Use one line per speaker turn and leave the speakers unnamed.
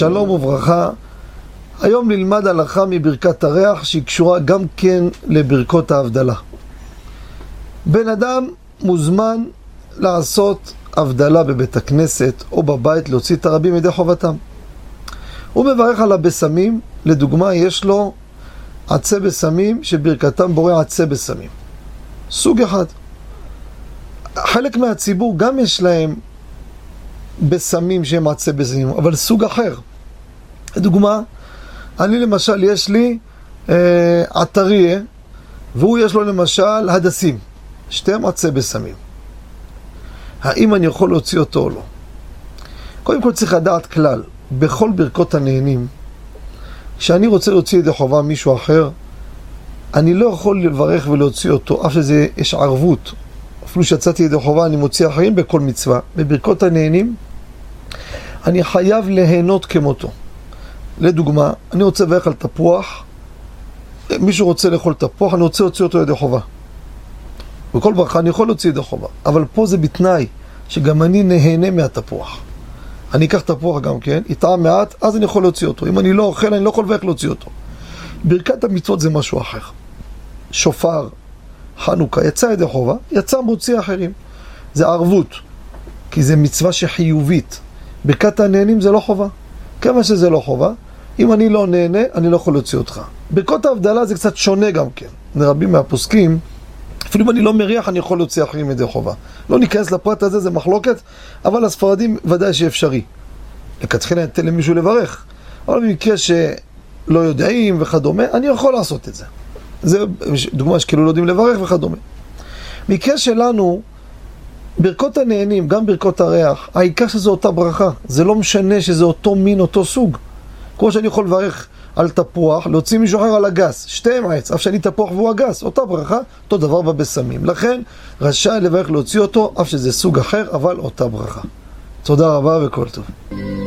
שלום וברכה. היום נלמד הלכה מברכת הריח שהיא קשורה גם כן לברכות ההבדלה. בן אדם מוזמן לעשות הבדלה בבית הכנסת או בבית, להוציא את הרבים ידי חובתם. הוא מברך על הבשמים, לדוגמה יש לו עצי בשמים שברכתם בורא עצי בשמים. סוג אחד. חלק מהציבור גם יש להם בשמים שהם עצי בשמים, אבל סוג אחר. לדוגמה, אני למשל יש לי עטריה, והוא יש לו למשל הדסים, שתיהם עצי בשמים. האם אני יכול להוציא אותו או לא? קודם כל צריך לדעת כלל, בכל ברכות הנהנים, כשאני רוצה להוציא ידי חובה מישהו אחר, אני לא יכול לברך ולהוציא אותו, אף שזה יש ערבות. אפילו שיצאתי ידי חובה, אני מוציא אחרים בכל מצווה. בברכות הנהנים, אני חייב ליהנות כמותו. לדוגמה, אני רוצה לברך על תפוח, מישהו רוצה לאכול תפוח, אני רוצה להוציא אותו ידי חובה. בכל ברכה אני יכול להוציא ידי חובה, אבל פה זה בתנאי שגם אני נהנה מהתפוח. אני אקח תפוח גם כן, יטעם מעט, אז אני יכול להוציא אותו. אם אני לא אוכל, אני לא יכול לברך להוציא אותו. ברכת המצוות זה משהו אחר. שופר, חנוכה, יצא ידי חובה, יצא מוציא אחרים. זה ערבות, כי זה מצווה שחיובית. ברכת הנהנים זה לא חובה. כמה שזה לא חובה, אם אני לא נהנה, אני לא יכול להוציא אותך. ברכות ההבדלה זה קצת שונה גם כן. רבים מהפוסקים, אפילו אם אני לא מריח, אני יכול להוציא אחרים ידי חובה. לא ניכנס לפרט הזה, זה מחלוקת, אבל הספרדים ודאי שאפשרי. לכתחילה ניתן למישהו לברך. אבל במקרה שלא יודעים וכדומה, אני יכול לעשות את זה. זה דוגמה שכאילו לא יודעים לברך וכדומה. מקרה שלנו, ברכות הנהנים, גם ברכות הריח, העיקר שזה אותה ברכה. זה לא משנה שזה אותו מין, אותו סוג. כמו שאני יכול לברך על תפוח, להוציא מישהו אחר על הגס. שתיהם עץ, אף שאני תפוח והוא הגס. אותה ברכה, אותו דבר בבשמים. לכן, רשאי לברך להוציא אותו, אף שזה סוג אחר, אבל אותה ברכה. תודה רבה וכל טוב.